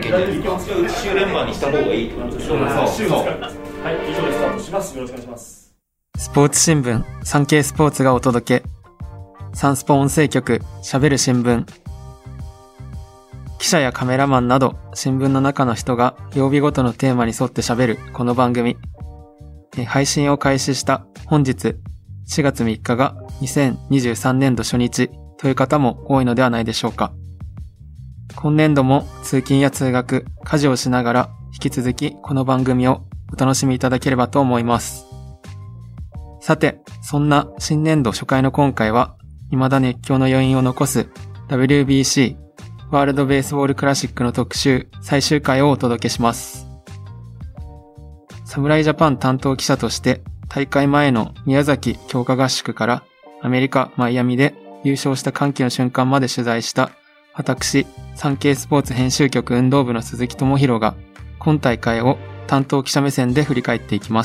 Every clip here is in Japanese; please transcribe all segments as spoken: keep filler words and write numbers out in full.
いいんじゃないですか。週連番にした方がいいってことでしょ。そうそう。 はい、以上でスタートします。よろしくお願いします。 スポーツ新聞、サンケイスポーツがお届け。サンスポ音声局、喋る新聞。記者やカメラマンなど、新聞の中の人が曜日ごとのテーマに沿って喋るこの番組。配信を開始した本日しがつみっかがにせんにじゅうさんねんど初日という方も多いのではないでしょうか。今年度も通勤や通学、家事をしながら引き続きこの番組をお楽しみいただければと思います。さて、そんな新年度初回の今回は、未だ熱狂の余韻を残す ダブリュービーシー ワールドベースボールクラシックの特集最終回をお届けします。侍ジャパン担当記者として大会前の宮崎強化合宿からアメリカマイアミで優勝した歓喜の瞬間まで取材した私、サンケイスポーツ編集局運動部の鈴木智弘が今大会を担当記者目線で振り返っていきます。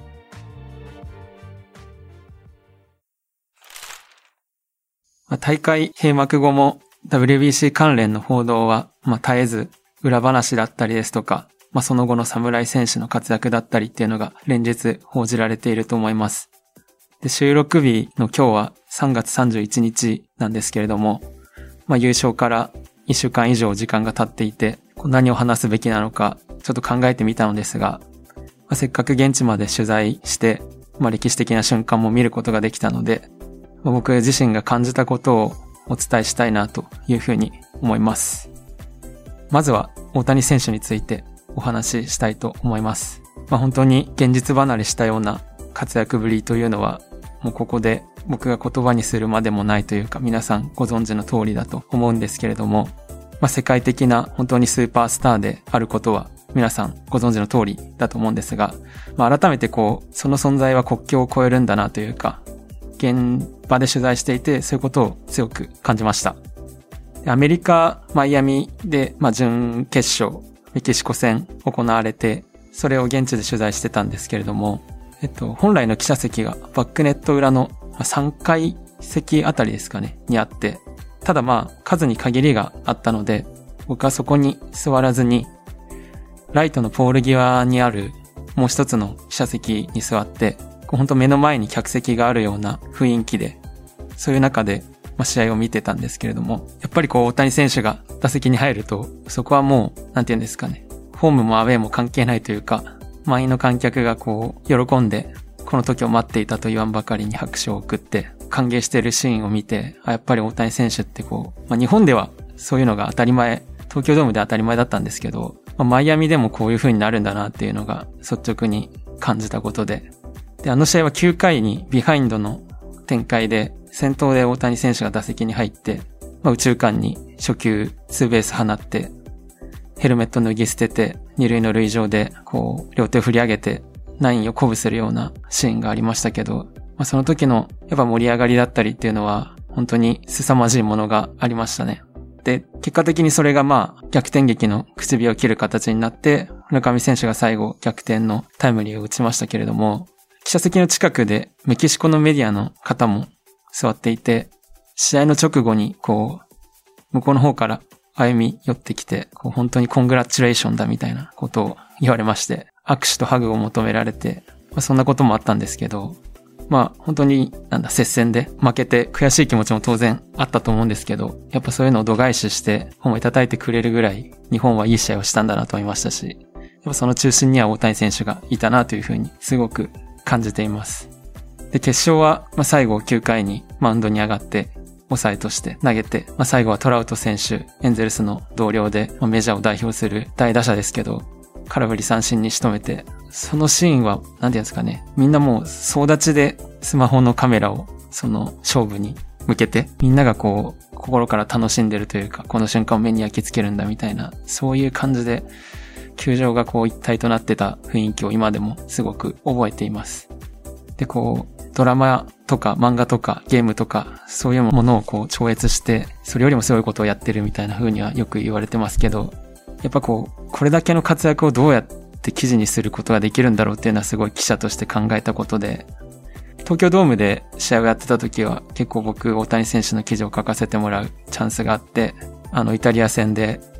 大会閉幕後も ダブリュービーシー 関連の報道は、まあ、絶えず裏話だったりですとか、まあ、その後の侍選手の活躍だったりっていうのが連日報じられていると思います。で、収録日の今日はさんがつさんじゅういちにちなんですけれども、まあ、優勝からいっしゅうかん以上時間が経っていて、何を話すべきなのかちょっと考えてみたのですが、まあ、せっかく現地まで取材して、まあ、歴史的な瞬間も見ることができたので、まあ、僕自身が感じたことをお伝えしたいなというふうに思います。まずは大谷選手についてお話ししたいと思います。まあ、本当に現実離れしたような活躍ぶりというのは、もうここで僕が言葉にするまでもないというか、皆さんご存知の通りだと思うんですけれども、まあ、世界的な本当にスーパースターであることは皆さんご存知の通りだと思うんですが、まあ、改めてこう、その存在は国境を越えるんだなというか、現場で取材していてそういうことを強く感じました。アメリカ、マイアミで、まあ、準決勝、メキシコ戦行われて、それを現地で取材してたんですけれども、えっと、本来の記者席がバックネット裏のさんかい席あたりですかね、にあって、ただまあ、数に限りがあったので、僕はそこに座らずに、ライトのポール際にあるもう一つの記者席に座って、本当目の前に客席があるような雰囲気で、そういう中で、まあ、試合を見てたんですけれども、やっぱりこう大谷選手が打席に入ると、そこはもう、なんて言うんですかね、ホームもアウェーも関係ないというか、満員の観客がこう、喜んで、この時を待っていたと言わんばかりに拍手を送って、歓迎しているシーンを見て、あ、やっぱり大谷選手ってこう、まあ、日本ではそういうのが当たり前、東京ドームで当たり前だったんですけど、まあ、マイアミでもこういう風になるんだなっていうのが率直に感じたことで、で、あの試合はきゅうかいにビハインドの展開で、先頭で大谷選手が打席に入って、まあ、宇宙間に初球ツーベース放って、ヘルメット脱ぎ捨てて、二塁の塁上で、こう、両手を振り上げて、ナインを鼓舞するようなシーンがありましたけど、まあ、その時のやっぱ盛り上がりだったりっていうのは、本当に凄まじいものがありましたね。で、結果的にそれがまあ、逆転劇の口火を切る形になって、村上選手が最後逆転のタイムリーを打ちましたけれども、記者席の近くでメキシコのメディアの方も座っていて、試合の直後にこう、向こうの方から歩み寄ってきて、こう本当にコングラチュレーションだみたいなことを言われまして、握手とハグを求められて、まあ、そんなこともあったんですけど、まあ本当になんだ接戦で負けて悔しい気持ちも当然あったと思うんですけど、やっぱそういうのを度外視して褒め叩いてくれるぐらい日本はいい試合をしたんだなと思いましたし、やっぱその中心には大谷選手がいたなというふうにすごく感じています。で、決勝は、まあ、最後きゅうかいにマウンドに上がって抑えとして投げて、まあ、最後はトラウト選手、エンゼルスの同僚で、まあ、メジャーを代表する大打者ですけど、空振り三振に仕留めて、そのシーンは、なんていうんですかね、みんなもう総立ちでスマホのカメラをその勝負に向けて、みんながこう、心から楽しんでるというか、この瞬間を目に焼き付けるんだみたいな、そういう感じで、球場がこう一体となってた雰囲気を今でもすごく覚えています。で、こう、ドラマとか漫画とかゲームとかそういうものをこう超越して、それよりもすごいことをやってるみたいな風にはよく言われてますけど、やっぱこう、これだけの活躍をどうやって記事にすることができるんだろうっていうのはすごい記者として考えたことで、東京ドームで試合をやってた時は結構僕大谷選手の記事を書かせてもらうチャンスがあって、あのイタリア戦で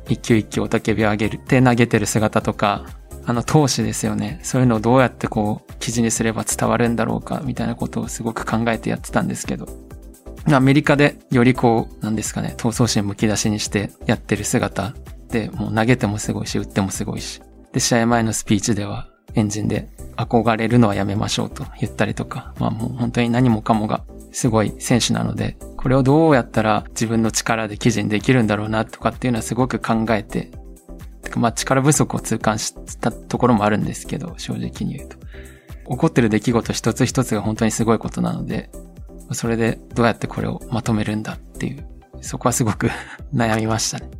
一球一球雄たけびを上げて投げてる姿とか、あの闘志ですよね。そういうのをどうやってこう記事にすれば伝わるんだろうかみたいなことをすごく考えてやってたんですけど、アメリカでよりこうなんですかね、闘争心むき出しにしてやってる姿で、もう投げてもすごいし打ってもすごいし、で試合前のスピーチではエンジンで憧れるのはやめましょうと言ったりとか、まあもう本当に何もかもがすごい選手なので、これをどうやったら自分の力で記事にできるんだろうなとかっていうのはすごく考えて、てかまあ力不足を痛感したところもあるんですけど、正直に言うと。起こってる出来事一つ一つが本当にすごいことなので、それでどうやってこれをまとめるんだっていう、そこはすごく悩みましたね。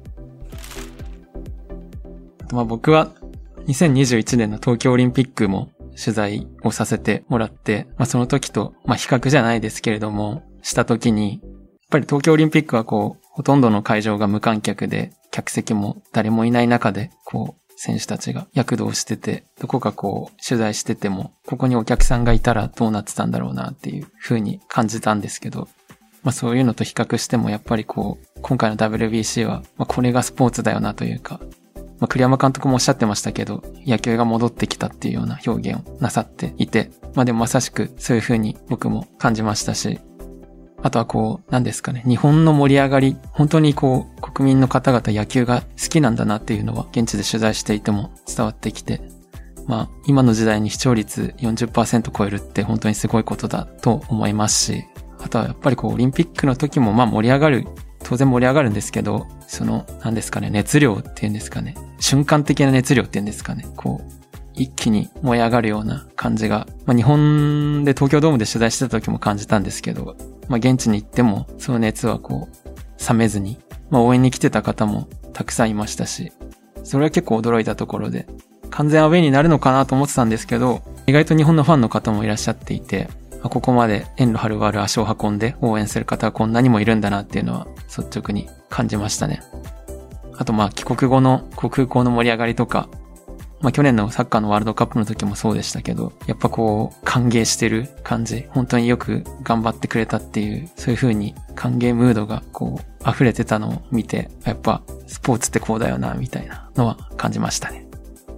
まあ僕はにせんにじゅういちねんの東京オリンピックも取材をさせてもらって、まあその時と、まあ比較じゃないですけれども、した時に、やっぱり東京オリンピックはこう、ほとんどの会場が無観客で、客席も誰もいない中で、こう、選手たちが躍動してて、どこかこう、取材してても、ここにお客さんがいたらどうなってたんだろうなっていう風に感じたんですけど、まあそういうのと比較してもやっぱりこう、今回の ダブリュービーシー は、まあこれがスポーツだよなというか、まあ栗山監督もおっしゃってましたけど、野球が戻ってきたっていうような表現をなさっていて、まあでもまさしくそういう風に僕も感じましたし、あとはこう、何ですかね、日本の盛り上がり、本当にこう、国民の方々野球が好きなんだなっていうのは、現地で取材していても伝わってきて、まあ、今の時代に視聴率 よんじゅっパーセント 超えるって本当にすごいことだと思いますし、あとはやっぱりこう、オリンピックの時もまあ盛り上がる、当然盛り上がるんですけど、その、何ですかね、熱量っていうんですかね、瞬間的な熱量っていうんですかね、こう、一気に燃え上がるような感じが、まあ日本で東京ドームで取材してた時も感じたんですけど、まあ現地に行ってもその熱はこう冷めずに、まあ応援に来てた方もたくさんいましたし、それは結構驚いたところで、完全アウェイになるのかなと思ってたんですけど、意外と日本のファンの方もいらっしゃっていて、ここまで遠路はるばる足を運んで応援する方がこんなにもいるんだなっていうのは率直に感じましたね。あとまあ帰国後の空港の盛り上がりとか、まあ去年のサッカーのワールドカップの時もそうでしたけど、やっぱこう歓迎してる感じ、本当によく頑張ってくれたっていう、そういう風に歓迎ムードがこう溢れてたのを見て、やっぱスポーツってこうだよなみたいなのは感じましたね。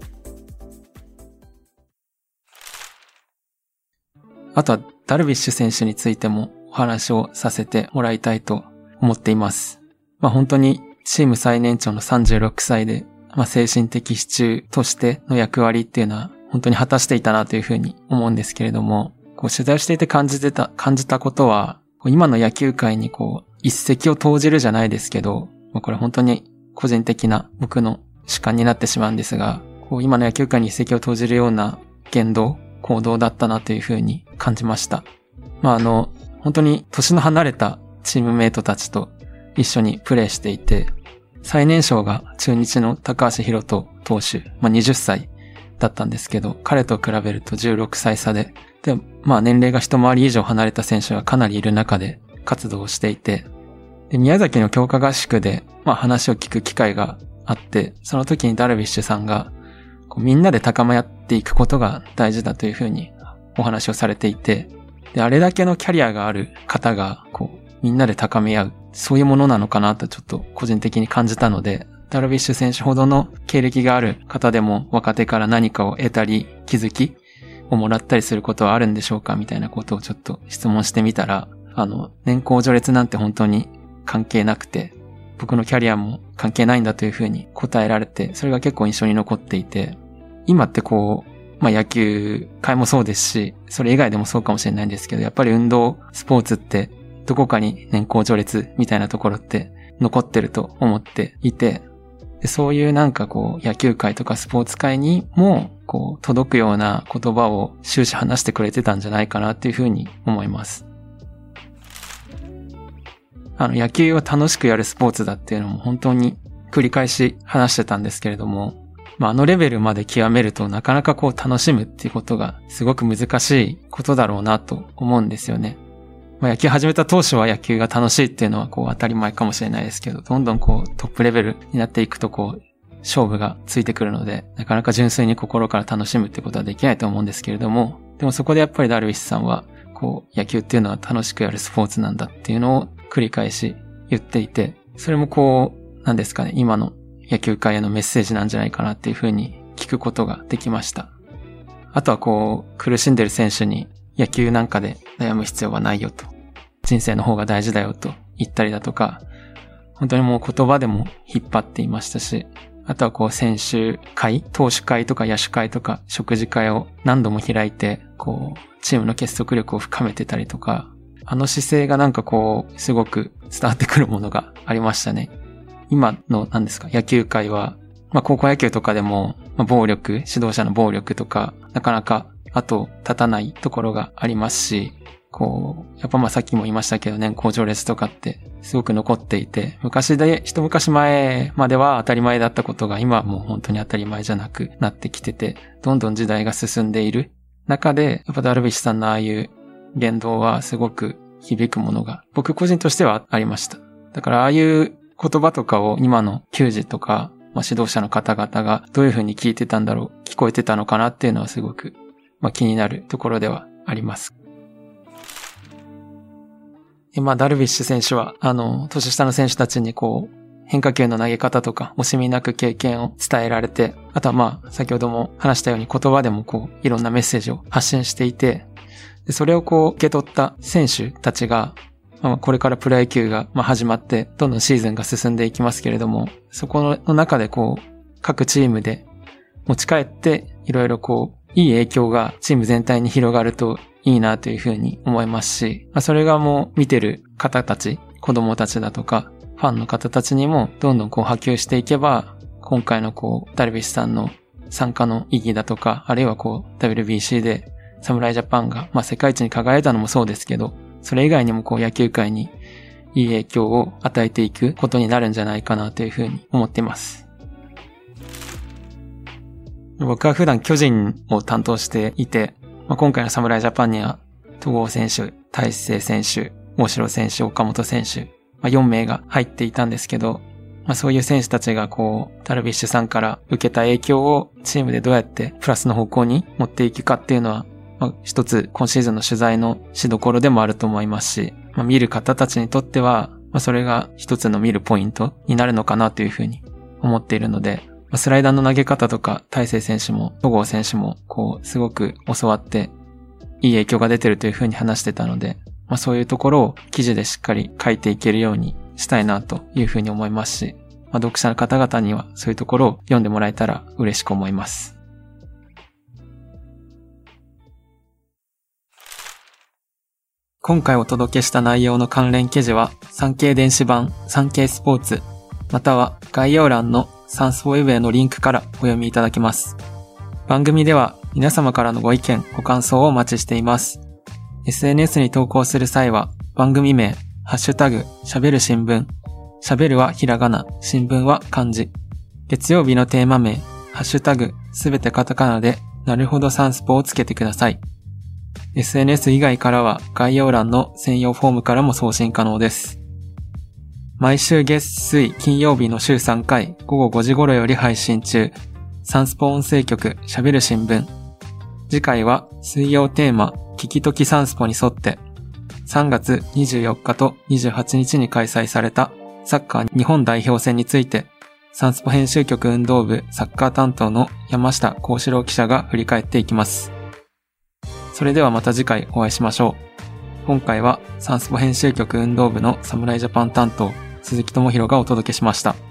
あとはダルビッシュ選手についてもお話をさせてもらいたいと思っています。まあ本当にチーム最年長のさんじゅうろくさいで、まあ、精神的支柱としての役割っていうのは本当に果たしていたなというふうに思うんですけれども、こう取材をしていて感じてた、感じたことは、今の野球界にこう一石を投じるじゃないですけど、これ本当に個人的な僕の主観になってしまうんですが、こう今の野球界に一石を投じるような言動、行動だったなというふうに感じました。まああの、本当に年の離れたチームメイトたちと一緒にプレーしていて、最年少が中日の高橋宏斗投手、まあにじゅっさいだったんですけど、彼と比べるとじゅうろくさい差で、で、まあ年齢が一回り以上離れた選手がかなりいる中で活動をしていて、で、宮崎の強化合宿で、まあ話を聞く機会があって、その時にダルビッシュさんが、こうみんなで高め合っていくことが大事だというふうにお話をされていて、で、あれだけのキャリアがある方が、こう、みんなで高め合う、そういうものなのかなとちょっと個人的に感じたので、ダルビッシュ選手ほどの経歴がある方でも若手から何かを得たり気づきをもらったりすることはあるんでしょうかみたいなことをちょっと質問してみたら、あの、年功序列なんて本当に関係なくて、僕のキャリアも関係ないんだというふうに答えられて、それが結構印象に残っていて、今ってこう、まあ野球界もそうですし、それ以外でもそうかもしれないんですけど、やっぱり運動、スポーツってどこかに年功序列みたいなところって残ってると思っていて、でそういうなんかこう野球界とかスポーツ界にもこう届くような言葉を終始話してくれてたんじゃないかなっていうふうに思います。あの野球を楽しくやるスポーツだっていうのも本当に繰り返し話してたんですけれども、まあ、あのレベルまで極めるとなかなかこう楽しむっていうことがすごく難しいことだろうなと思うんですよね。まあ、野球始めた当初は野球が楽しいっていうのはこう当たり前かもしれないですけど、どんどんこうトップレベルになっていくとこう勝負がついてくるので、なかなか純粋に心から楽しむってことはできないと思うんですけれども、でもそこでやっぱりダルビッシュさんはこう野球っていうのは楽しくやるスポーツなんだっていうのを繰り返し言っていて、それもこうなんですかね、今の野球界へのメッセージなんじゃないかなっていうふうに聞くことができました。あとはこう、苦しんでる選手に野球なんかで悩む必要はないよと。人生の方が大事だよと言ったりだとか、本当にもう言葉でも引っ張っていましたし、あとはこう選手会、投手会とか野手会とか食事会を何度も開いて、こう、チームの結束力を深めてたりとか、あの姿勢がなんかこう、すごく伝わってくるものがありましたね。今の何ですか、野球界は、まあ高校野球とかでも、まあ、暴力、指導者の暴力とか、なかなか後立たないところがありますし、こう、やっぱまあさっきも言いましたけどね、校長列とかってすごく残っていて、昔で、一昔前までは当たり前だったことが今はもう本当に当たり前じゃなくなってきてて、どんどん時代が進んでいる中で、やっぱダルビッシュさんのああいう言動はすごく響くものが僕個人としてはありました。だからああいう言葉とかを今の球児とか、まあ、指導者の方々がどういう風に聞いてたんだろう、聞こえてたのかなっていうのはすごく、まあ、気になるところではあります。でまあ、ダルビッシュ選手は、あの、年下の選手たちにこう、変化球の投げ方とか、惜しみなく経験を伝えられて、あとはまあ、先ほども話したように言葉でもこう、いろんなメッセージを発信していて、でそれをこう、受け取った選手たちが、まあ、これからプロ野球がまあ始まって、どんどんシーズンが進んでいきますけれども、そこの中でこう、各チームで持ち帰って、いろいろこう、いい影響がチーム全体に広がるといいなというふうに思いますし、まあ、それがもう見てる方たち、子供たちだとか、ファンの方たちにもどんどんこう波及していけば、今回のこう、ダルビッシュさんの参加の意義だとか、あるいはこう、ダブリュービーシー で侍ジャパンが、まあ世界一に輝いたのもそうですけど、それ以外にもこう野球界にいい影響を与えていくことになるんじゃないかなというふうに思っています。僕は普段巨人を担当していて、まあ、今回の侍ジャパンには戸郷選手、大勢選手、大城選手、岡本選手、まあ、よんめいが入っていたんですけど、まあ、そういう選手たちがこうダルビッシュさんから受けた影響をチームでどうやってプラスの方向に持っていくかっていうのは、まあ、一つ今シーズンの取材のしどころでもあると思いますし、まあ、見る方たちにとっては、まあ、それが一つの見るポイントになるのかなというふうに思っているので、まあ、スライダーの投げ方とか大勢選手も戸郷選手もこうすごく教わっていい影響が出てるというふうに話してたので、まあ、そういうところを記事でしっかり書いていけるようにしたいなというふうに思いますし、まあ、読者の方々にはそういうところを読んでもらえたら嬉しく思います。今回お届けした内容の関連記事は産経電子版産経スポーツまたは概要欄のサンスポウェブへのリンクからお読みいただけます。番組では皆様からのご意見ご感想をお待ちしています。エスエヌエス に投稿する際は番組名ハッシュタグしゃべる新聞、しゃべるはひらがな、新聞は漢字、月曜日のテーマ名ハッシュタグすべてカタカナでなるほどサンスポをつけてください。エスエヌエス 以外からは概要欄の専用フォームからも送信可能です。毎週月水金曜日の週さんかいごごごじ頃より配信中、サンスポ音声局しゃべる新聞。次回は水曜テーマ聞きときサンスポに沿ってさんがつにじゅうよっかとにじゅうはちにちに開催されたサッカー日本代表戦についてサンスポ編集局運動部サッカー担当の山下幸四郎記者が振り返っていきます。それではまた次回お会いしましょう。今回はサンスポ編集局運動部の侍ジャパン担当鈴木智弘がお届けしました。